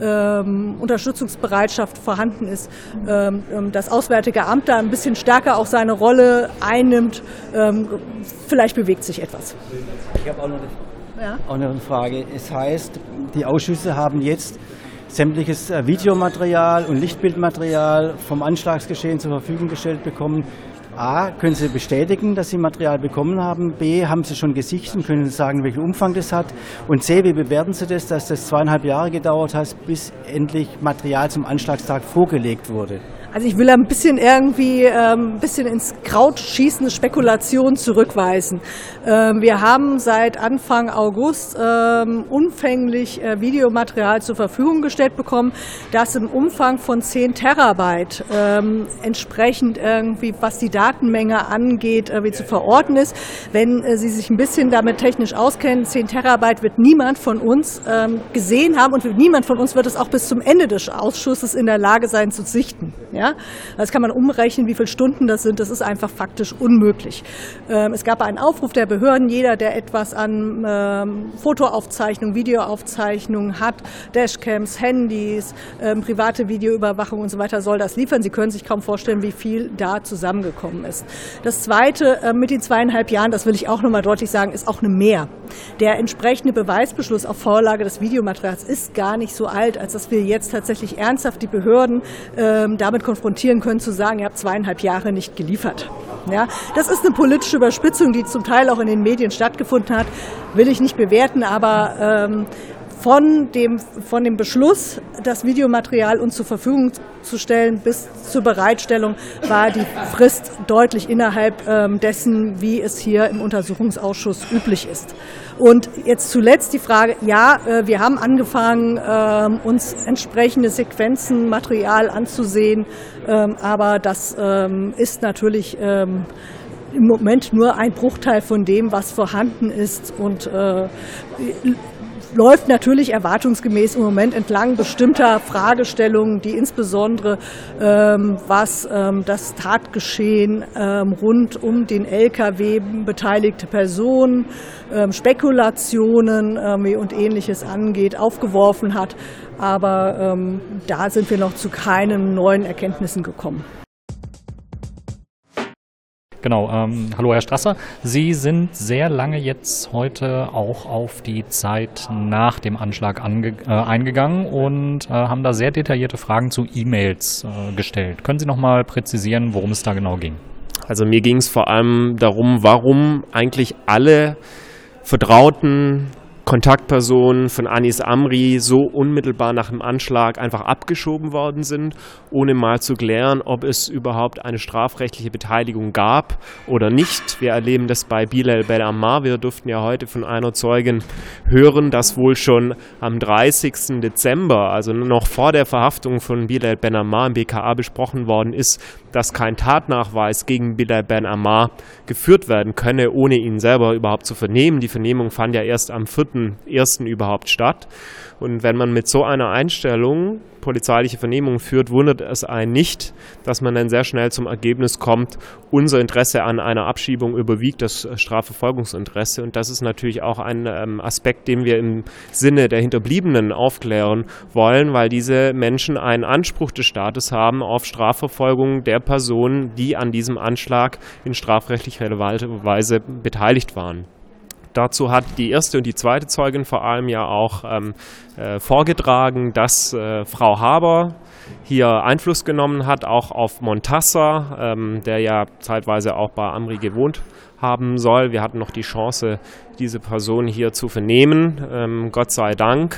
ähm, Unterstützungsbereitschaft vorhanden ist, ähm, das Auswärtige Amt da ein bisschen stärker auch seine Rolle einnimmt, ähm, vielleicht bewegt sich etwas. Ich habe auch noch eine, ja? auch noch eine Frage. Es heißt, die Ausschüsse haben jetzt sämtliches Videomaterial und Lichtbildmaterial vom Anschlagsgeschehen zur Verfügung gestellt bekommen. A, können Sie bestätigen, dass Sie Material bekommen haben? B, haben Sie schon gesichtet und können Sie sagen, welchen Umfang das hat? Und C, wie bewerten Sie das, dass das zweieinhalb Jahre gedauert hat, bis endlich Material zum Anschlagstag vorgelegt wurde? Also ich will ein bisschen irgendwie ähm, ein bisschen ins Kraut schießende Spekulation zurückweisen. Ähm, wir haben seit Anfang August ähm, umfänglich äh, Videomaterial zur Verfügung gestellt bekommen, das im Umfang von zehn Terabyte ähm, entsprechend irgendwie, was die Datenmenge angeht, äh, wie zu verorten ist. Wenn äh, Sie sich ein bisschen damit technisch auskennen, zehn Terabyte wird niemand von uns ähm, gesehen haben und niemand von uns wird es auch bis zum Ende des Ausschusses in der Lage sein zu sichten. Ja? Das kann man umrechnen, wie viele Stunden das sind. Das ist einfach faktisch unmöglich. Ähm, es gab einen Aufruf der Behörden. Jeder, der etwas an ähm, Fotoaufzeichnung, Videoaufzeichnung hat, Dashcams, Handys, ähm, private Videoüberwachung und so weiter, soll das liefern. Sie können sich kaum vorstellen, wie viel da zusammengekommen ist. Das Zweite, äh, mit den zweieinhalb Jahren, das will ich auch nochmal deutlich sagen, ist auch eine Mehr. Der entsprechende Beweisbeschluss auf Vorlage des Videomaterials ist gar nicht so alt, als dass wir jetzt tatsächlich ernsthaft die Behörden ähm, damit konfrontieren können, zu sagen, ihr habt zweieinhalb Jahre nicht geliefert. Ja, das ist eine politische Überspitzung, die zum Teil auch in den Medien stattgefunden hat, will ich nicht bewerten, aber ähm, von dem, von dem Beschluss, das Videomaterial uns zur Verfügung zu stellen, bis zur Bereitstellung war die Frist deutlich innerhalb ähm, dessen, wie es hier im Untersuchungsausschuss üblich ist. Und jetzt zuletzt die Frage, ja, äh, wir haben angefangen, ähm, uns entsprechende Sequenzen, Material anzusehen, ähm, aber das ähm, ist natürlich ähm, im Moment nur ein Bruchteil von dem, was vorhanden ist und äh, läuft natürlich erwartungsgemäß im Moment entlang bestimmter Fragestellungen, die insbesondere ähm, was ähm, das Tatgeschehen ähm, rund um den L K W, beteiligte Personen, ähm, Spekulationen ähm, und Ähnliches angeht, aufgeworfen hat. Aber ähm, da sind wir noch zu keinen neuen Erkenntnissen gekommen. Genau, ähm, hallo Herr Strasser. Sie sind sehr lange jetzt heute auch auf die Zeit nach dem Anschlag ange äh, eingegangen und äh, haben da sehr detaillierte Fragen zu E-Mails äh, gestellt. Können Sie noch mal präzisieren, worum es da genau ging? Also mir ging es vor allem darum, warum eigentlich alle vertrauten Kontaktpersonen von Anis Amri so unmittelbar nach dem Anschlag einfach abgeschoben worden sind, ohne mal zu klären, ob es überhaupt eine strafrechtliche Beteiligung gab oder nicht. Wir erleben das bei Bilal Ben Ammar. Wir durften ja heute von einer Zeugin hören, dass wohl schon am dreißigsten Dezember, also noch vor der Verhaftung von Bilal Ben Ammar im B K A besprochen worden ist, dass kein Tatnachweis gegen Bilal Ben Ammar geführt werden könne, ohne ihn selber überhaupt zu vernehmen. Die Vernehmung fand ja erst am vierten ersten überhaupt statt. Und wenn man mit so einer Einstellung polizeiliche Vernehmungen führt, wundert es einen nicht, dass man dann sehr schnell zum Ergebnis kommt, unser Interesse an einer Abschiebung überwiegt das Strafverfolgungsinteresse. Und das ist natürlich auch ein ähm, Aspekt, den wir im Sinne der Hinterbliebenen aufklären wollen, weil diese Menschen einen Anspruch des Staates haben auf Strafverfolgung der Personen, die an diesem Anschlag in strafrechtlich relevanter Weise beteiligt waren. Dazu hat die erste und die zweite Zeugin vor allem ja auch ähm, äh, vorgetragen, dass äh, Frau Haber hier Einfluss genommen hat, auch auf Montassar, ähm, der ja zeitweise auch bei Amri gewohnt haben soll. Wir hatten noch die Chance, diese Person hier zu vernehmen, ähm, Gott sei Dank.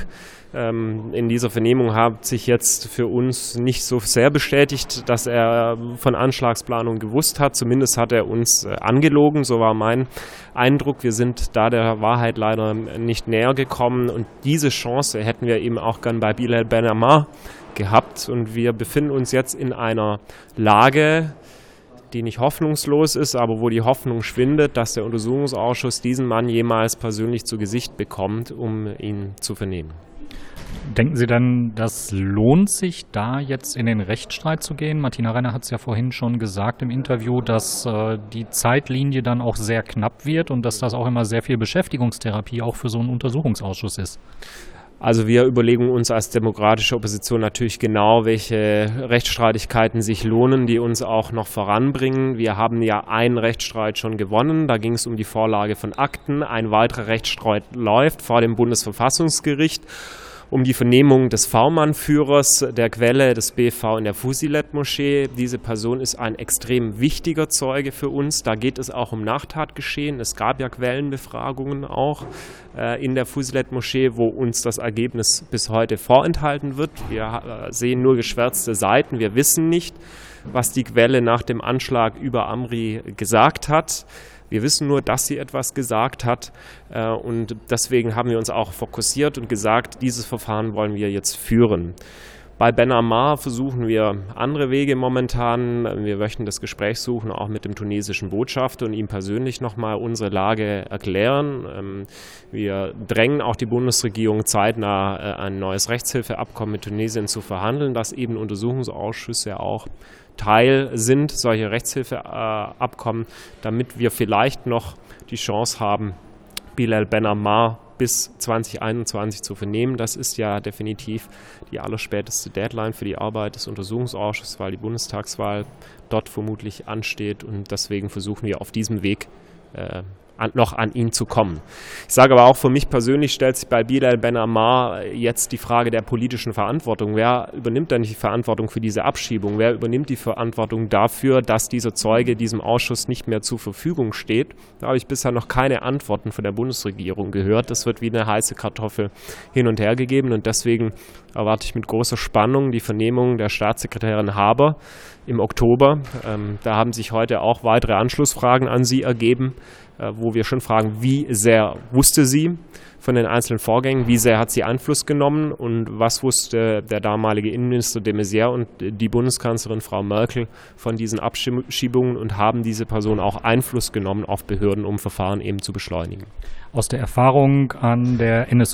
Ähm, in dieser Vernehmung hat sich jetzt für uns nicht so sehr bestätigt, dass er von Anschlagsplanung gewusst hat. Zumindest hat er uns äh, angelogen, so war mein Eindruck. Wir sind da der Wahrheit leider nicht näher gekommen und diese Chance hätten wir eben auch gern bei Bilal Ben Ammar gehabt. Und wir befinden uns jetzt in einer Lage, die nicht hoffnungslos ist, aber wo die Hoffnung schwindet, dass der Untersuchungsausschuss diesen Mann jemals persönlich zu Gesicht bekommt, um ihn zu vernehmen. Denken Sie denn, das lohnt sich, da jetzt in den Rechtsstreit zu gehen? Martina Renner hat es ja vorhin schon gesagt im Interview, dass äh, die Zeitlinie dann auch sehr knapp wird und dass das auch immer sehr viel Beschäftigungstherapie auch für so einen Untersuchungsausschuss ist. Also wir überlegen uns als demokratische Opposition natürlich genau, welche Rechtsstreitigkeiten sich lohnen, die uns auch noch voranbringen. Wir haben ja einen Rechtsstreit schon gewonnen, da ging es um die Vorlage von Akten. Ein weiterer Rechtsstreit läuft vor dem Bundesverfassungsgericht um die Vernehmung des V-Mann-Führers der Quelle des B V in der Fusilet-Moschee. Diese Person ist ein extrem wichtiger Zeuge für uns. Da geht es auch um Nachtatgeschehen. Es gab ja Quellenbefragungen auch äh, in der Fusilet-Moschee, wo uns das Ergebnis bis heute vorenthalten wird. Wir äh, sehen nur geschwärzte Seiten. Wir wissen nicht, was die Quelle nach dem Anschlag über Amri gesagt hat. Wir wissen nur, dass sie etwas gesagt hat äh, und deswegen haben wir uns auch fokussiert und gesagt, dieses Verfahren wollen wir jetzt führen. Bei Ben Ammar versuchen wir andere Wege momentan. Wir möchten das Gespräch suchen, auch mit dem tunesischen Botschafter und ihm persönlich nochmal unsere Lage erklären. Ähm, wir drängen auch die Bundesregierung zeitnah, äh, ein neues Rechtshilfeabkommen mit Tunesien zu verhandeln, dass eben Untersuchungsausschüsse auch Teil sind, solche Rechtshilfeabkommen, damit wir vielleicht noch die Chance haben, Bilal Ben Ammar bis zwanzig einundzwanzig zu vernehmen. Das ist ja definitiv die allerspäteste Deadline für die Arbeit des Untersuchungsausschusses, weil die Bundestagswahl dort vermutlich ansteht und deswegen versuchen wir auf diesem Weg äh, An, noch an ihn zu kommen. Ich sage aber auch, für mich persönlich stellt sich bei Bilal Ben Ammar jetzt die Frage der politischen Verantwortung. Wer übernimmt denn die Verantwortung für diese Abschiebung? Wer übernimmt die Verantwortung dafür, dass dieser Zeuge diesem Ausschuss nicht mehr zur Verfügung steht? Da habe ich bisher noch keine Antworten von der Bundesregierung gehört. Das wird wie eine heiße Kartoffel hin und her gegeben und deswegen erwarte ich mit großer Spannung die Vernehmung der Staatssekretärin Haber im Oktober. Ähm, da haben sich heute auch weitere Anschlussfragen an sie ergeben, äh, wo wir schon fragen, wie sehr wusste sie von den einzelnen Vorgängen, wie sehr hat sie Einfluss genommen und was wusste der damalige Innenminister de Maizière und die Bundeskanzlerin Frau Merkel von diesen Abschiebungen und haben diese Personen auch Einfluss genommen auf Behörden, um Verfahren eben zu beschleunigen. Aus der Erfahrung an der N S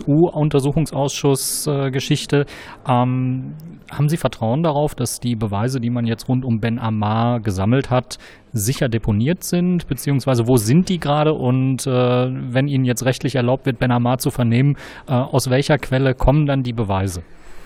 U-Untersuchungsausschuss-Geschichte, äh, ähm, haben Sie Vertrauen darauf, dass die Beweise, die man jetzt rund um Ben Ammar gesammelt hat, sicher deponiert sind, beziehungsweise wo sind die gerade und äh, wenn Ihnen jetzt rechtlich erlaubt wird, Ben Ammar zu vernehmen, äh, aus welcher Quelle kommen dann die Beweise?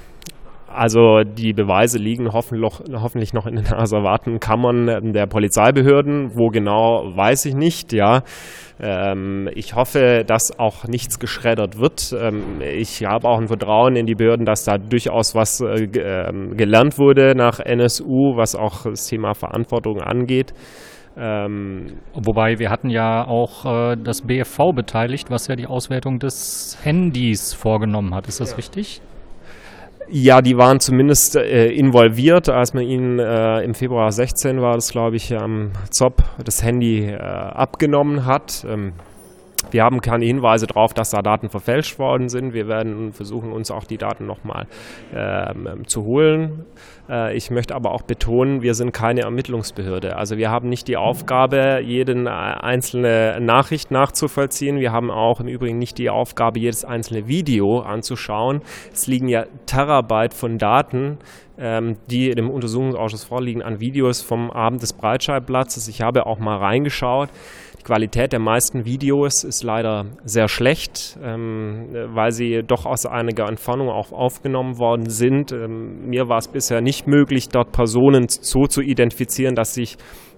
Also die Beweise liegen hoffentlich noch in den asservaten Kammern der Polizeibehörden. Wo genau, weiß ich nicht. Ja, ähm, ich hoffe, dass auch nichts geschreddert wird. Ähm, ich habe auch ein Vertrauen in die Behörden, dass da durchaus was äh, gelernt wurde nach N S U, was auch das Thema Verantwortung angeht. Ähm, Wobei wir hatten ja auch äh, das B F V beteiligt, was ja die Auswertung des Handys vorgenommen hat. Ist das ja richtig? Ja, die waren zumindest äh, involviert, als man ihnen äh, im Februar sechzehn war das, glaube ich, am Z O P das Handy äh, abgenommen hat. Ähm, wir haben keine Hinweise darauf, dass da Daten verfälscht worden sind. Wir werden versuchen, uns auch die Daten nochmal äh, zu holen. Äh, ich möchte aber auch betonen, wir sind keine Ermittlungsbehörde. Also wir haben nicht die Aufgabe, jede einzelne Nachricht nachzuvollziehen. Wir haben auch im Übrigen nicht die Aufgabe, jedes einzelne Video anzuschauen. Es liegen ja Terabyte von Daten, ähm, die dem Untersuchungsausschuss vorliegen, an Videos vom Abend des Breitscheidplatzes. Ich habe auch mal reingeschaut. Die Qualität der meisten Videos ist leider sehr schlecht, ähm, weil sie doch aus einiger Entfernung auch aufgenommen worden sind. Ähm, mir war es bisher nicht möglich, dort Personen so zu identifizieren, dass sich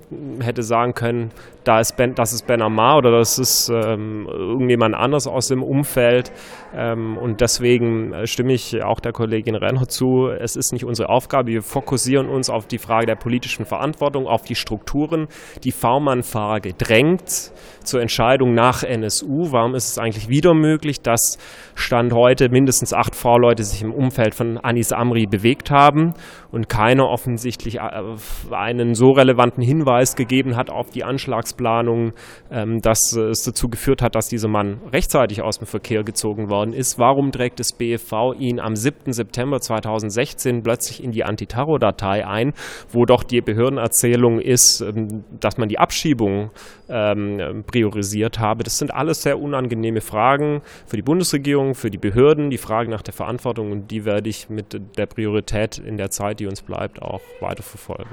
hätte sagen können, da ist Ben, das ist Ben Ammar oder das ist ähm, irgendjemand anders aus dem Umfeld. Ähm, und deswegen stimme ich auch der Kollegin Renner zu. Es ist nicht unsere Aufgabe. Wir fokussieren uns auf die Frage der politischen Verantwortung, auf die Strukturen. Die V-Mann-Frage drängt zur Entscheidung nach N S U. Warum ist es eigentlich wieder möglich, dass Stand heute mindestens acht V-Leute sich im Umfeld von Anis Amri bewegt haben und keiner offensichtlich einen so relevanten Hinweis gegeben hat auf die Anschlagsplanung, dass es dazu geführt hat, dass dieser Mann rechtzeitig aus dem Verkehr gezogen worden ist. Warum trägt das B F V ihn am siebten September zweitausendsechzehn plötzlich in die Antiterror-Datei ein, wo doch die Behördenerzählung ist, dass man die Abschiebung ähm, priorisiert habe? Das sind alles sehr unangenehme Fragen für die Bundesregierung, für die Behörden, die Frage nach der Verantwortung, und die werde ich mit der Priorität in der Zeit, die uns bleibt, auch weiterverfolgen.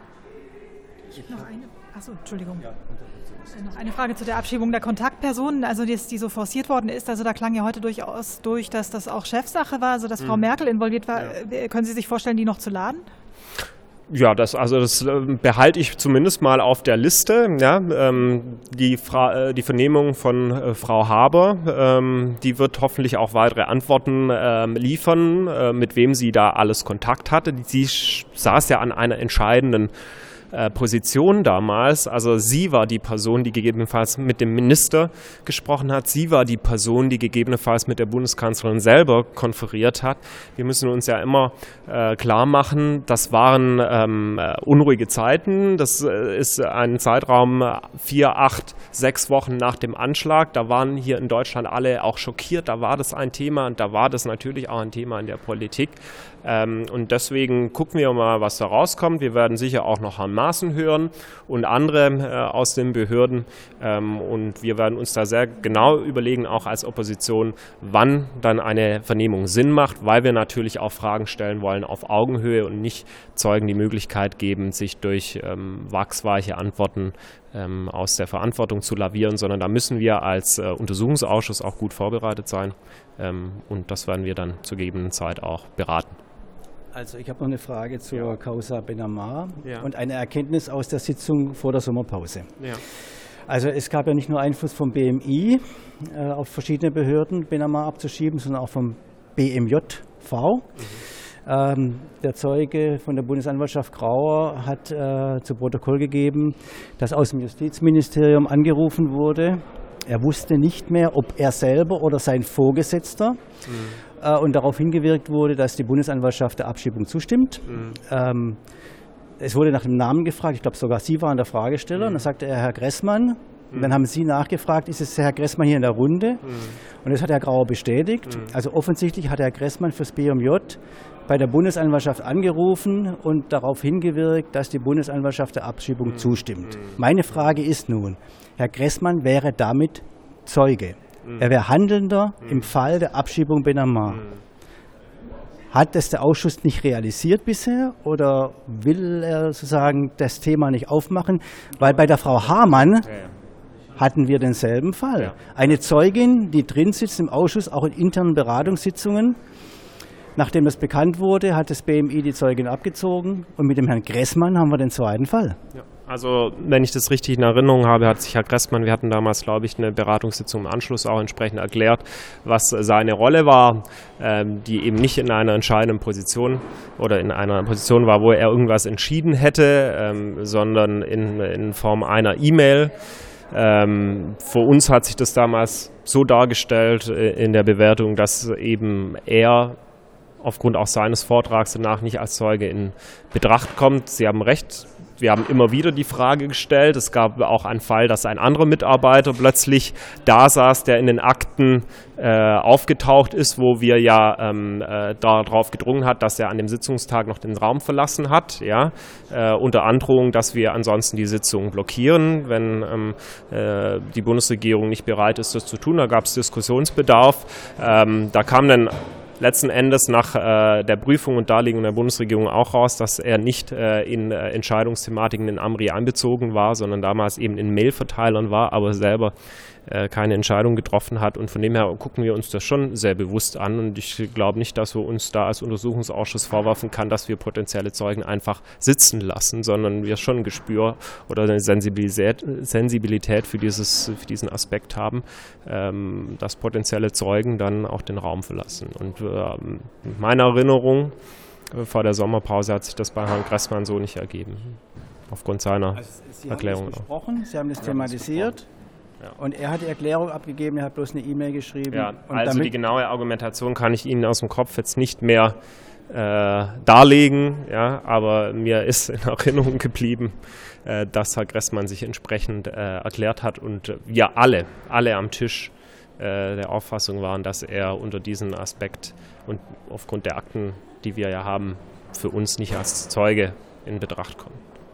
Noch eine, achso, Entschuldigung. Ja. Noch eine Frage zu der Abschiebung der Kontaktpersonen, also die, die so forciert worden ist. Also da klang ja heute durchaus durch, dass das auch Chefsache war, also dass mhm. Frau Merkel involviert war. Ja. Können Sie sich vorstellen, die noch zu laden? Ja, das, also das behalte ich zumindest mal auf der Liste. Ja, ähm, die, Fra- die Vernehmung von äh, Frau Haber, ähm, die wird hoffentlich auch weitere Antworten ähm, liefern, äh, mit wem sie da alles Kontakt hatte. Sie sch- saß ja an einer entscheidenden äh, Position damals. Also sie war die Person, die gegebenenfalls mit dem Minister gesprochen hat. Sie war die Person, die gegebenenfalls mit der Bundeskanzlerin selber konferiert hat. Wir müssen uns ja immer äh, klar machen, das waren ähm, unruhige Zeiten. Das äh, ist ein Zeitraum vier, acht, sechs Wochen nach dem Anschlag. Da waren hier in Deutschland alle auch schockiert. Da war das ein Thema und da war das natürlich auch ein Thema in der Politik. Ähm, und deswegen gucken wir mal, was da rauskommt. Wir werden sicher auch noch Herrn Maaßen hören und andere äh, aus den Behörden. Ähm, und wir werden uns da sehr genau überlegen, auch als Opposition, wann dann eine Vernehmung Sinn macht, weil wir natürlich auch Fragen stellen wollen auf Augenhöhe und nicht Zeugen die Möglichkeit geben, sich durch ähm, wachsweiche Antworten ähm, aus der Verantwortung zu lavieren, sondern da müssen wir als äh, Untersuchungsausschuss auch gut vorbereitet sein. Ähm, und das werden wir dann zur gegebenen Zeit auch beraten. Also ich habe noch eine Frage zur ja. Causa Ben Ammar ja. und eine Erkenntnis aus der Sitzung vor der Sommerpause. Ja. Also es gab ja nicht nur Einfluss vom B M I äh, auf verschiedene Behörden, Ben Ammar abzuschieben, sondern auch vom B M J V. Mhm. Ähm, der Zeuge von der Bundesanwaltschaft Grauer hat äh, zu Protokoll gegeben, dass aus dem Justizministerium angerufen wurde. Er wusste nicht mehr, ob er selber oder sein Vorgesetzter mhm. und darauf hingewirkt wurde, dass die Bundesanwaltschaft der Abschiebung zustimmt. Mhm. Ähm, es wurde nach dem Namen gefragt, ich glaube sogar Sie waren der Fragesteller, mhm. und dann sagte er Herr Gressmann. Mhm. Und dann haben Sie nachgefragt, ist es Herr Gressmann hier in der Runde? Mhm. Und das hat Herr Grauer bestätigt. Mhm. Also offensichtlich hat Herr Gressmann fürs B M J bei der Bundesanwaltschaft angerufen und darauf hingewirkt, dass die Bundesanwaltschaft der Abschiebung mhm. zustimmt. Mhm. Meine Frage ist nun, Herr Gressmann wäre damit Zeuge. Mhm. Er wäre Handelnder mhm. im Fall der Abschiebung Ben Ammar. Mhm. Hat das der Ausschuss nicht realisiert bisher oder will er sozusagen das Thema nicht aufmachen? Weil bei der Frau Hamann hatten wir denselben Fall. Ja. Eine Zeugin, die drin sitzt im Ausschuss, auch in internen Beratungssitzungen. Nachdem das bekannt wurde, hat das B M I die Zeugin abgezogen und mit dem Herrn Gressmann haben wir den zweiten Fall. Ja. Also wenn ich das richtig in Erinnerung habe, hat sich Herr Gressmann, wir hatten damals, glaube ich, eine Beratungssitzung im Anschluss auch entsprechend erklärt, was seine Rolle war, ähm, die eben nicht in einer entscheidenden Position oder in einer Position war, wo er irgendwas entschieden hätte, ähm, sondern in, in Form einer E-Mail. Ähm, für uns hat sich das damals so dargestellt äh, in der Bewertung, dass eben er aufgrund auch seines Vortrags danach nicht als Zeuge in Betracht kommt. Sie haben recht, wir haben immer wieder die Frage gestellt. Es gab auch einen Fall, dass ein anderer Mitarbeiter plötzlich da saß, der in den Akten äh, aufgetaucht ist, wo wir ja ähm, äh, darauf gedrungen hat, dass er an dem Sitzungstag noch den Raum verlassen hat, ja, äh, unter Androhung, dass wir ansonsten die Sitzung blockieren, wenn ähm, äh, die Bundesregierung nicht bereit ist, das zu tun. Da gab es Diskussionsbedarf. Ähm, da kam dann letzten Endes nach äh, der Prüfung und Darlegung der Bundesregierung auch raus, dass er nicht äh, in äh, Entscheidungsthematiken in Amri einbezogen war, sondern damals eben in Mailverteilern war, aber selber äh, keine Entscheidung getroffen hat. Und von dem her gucken wir uns das schon sehr bewusst an. Und ich glaube nicht, dass wir uns da als Untersuchungsausschuss vorwerfen kann, dass wir potenzielle Zeugen einfach sitzen lassen, sondern wir schon ein Gespür oder eine Sensibilität, Sensibilität für, dieses, für diesen Aspekt haben, ähm, dass potenzielle Zeugen dann auch den Raum verlassen. Und ähm, in meiner Erinnerung äh, vor der Sommerpause hat sich das bei Herrn Gressmann so nicht ergeben, aufgrund seiner also Sie Erklärung. haben das besprochen, Sie haben das thematisiert. Ja. Und er hat die Erklärung abgegeben, er hat bloß eine E-Mail geschrieben. Ja, und also damit die genaue Argumentation kann ich Ihnen aus dem Kopf jetzt nicht mehr äh, darlegen, ja, aber mir ist in Erinnerung geblieben, äh, dass Herr Gressmann sich entsprechend äh, erklärt hat und wir alle, alle am Tisch äh, der Auffassung waren, dass er unter diesen Aspekt und aufgrund der Akten, die wir ja haben, für uns nicht als Zeuge in Betracht kommt.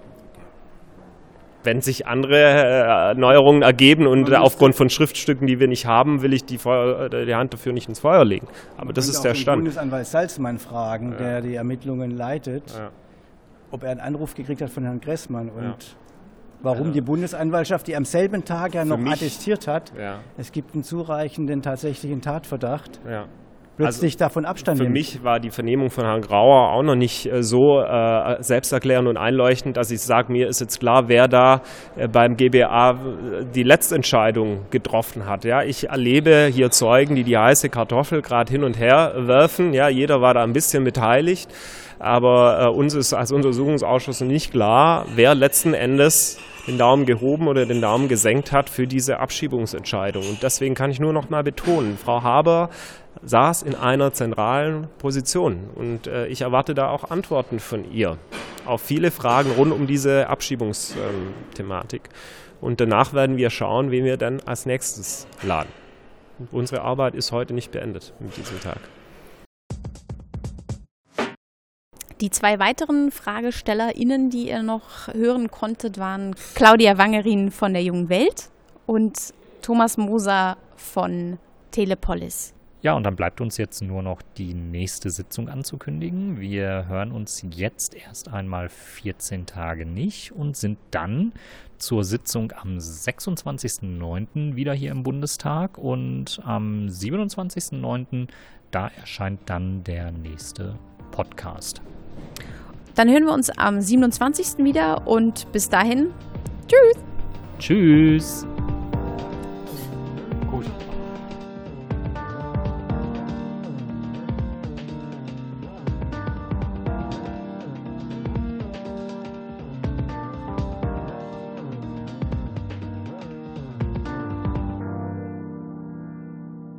Wenn sich andere äh, Neuerungen ergeben und äh, aufgrund von Schriftstücken, die wir nicht haben, will ich die, Feuer, die Hand dafür nicht ins Feuer legen. Aber das ist der Stand. Ich könnte auch den Bundesanwalt Salzmann fragen, ja. der die Ermittlungen leitet, Ja. ob er einen Anruf gekriegt hat von Herrn Gressmann und Ja. warum Ja. die Bundesanwaltschaft, die am selben Tag ja noch mich- attestiert hat, Ja. es gibt einen zureichenden tatsächlichen Tatverdacht, Ja. plötzlich Also davon Abstand Für nimmt. mich war die Vernehmung von Herrn Grauer auch noch nicht äh, so äh, selbsterklärend und einleuchtend, dass ich sage, mir ist jetzt klar, wer da äh, beim G B A die Letztentscheidung getroffen hat. Ja, ich erlebe hier Zeugen, die die heiße Kartoffel gerade hin und her werfen. Ja, jeder war da ein bisschen beteiligt, aber äh, uns ist als Untersuchungsausschuss nicht klar, wer letzten Endes den Daumen gehoben oder den Daumen gesenkt hat für diese Abschiebungsentscheidung. Und deswegen kann ich nur noch mal betonen, Frau Haber saß in einer zentralen Position und äh, ich erwarte da auch Antworten von ihr auf viele Fragen rund um diese Abschiebungsthematik. Und danach werden wir schauen, wen wir dann als nächstes laden. Und unsere Arbeit ist heute nicht beendet mit diesem Tag. Die zwei weiteren FragestellerInnen, die ihr noch hören konntet, waren Claudia Wangerin von der Jungen Welt und Thomas Moser von Telepolis. Ja, und dann bleibt uns jetzt nur noch die nächste Sitzung anzukündigen. Wir hören uns jetzt erst einmal vierzehn Tage nicht und sind dann zur Sitzung am sechsundzwanzigsten neunten wieder hier im Bundestag und am siebenundzwanzigsten neunten da erscheint dann der nächste Podcast. Dann hören wir uns am siebenundzwanzigsten wieder und bis dahin, tschüss! Tschüss!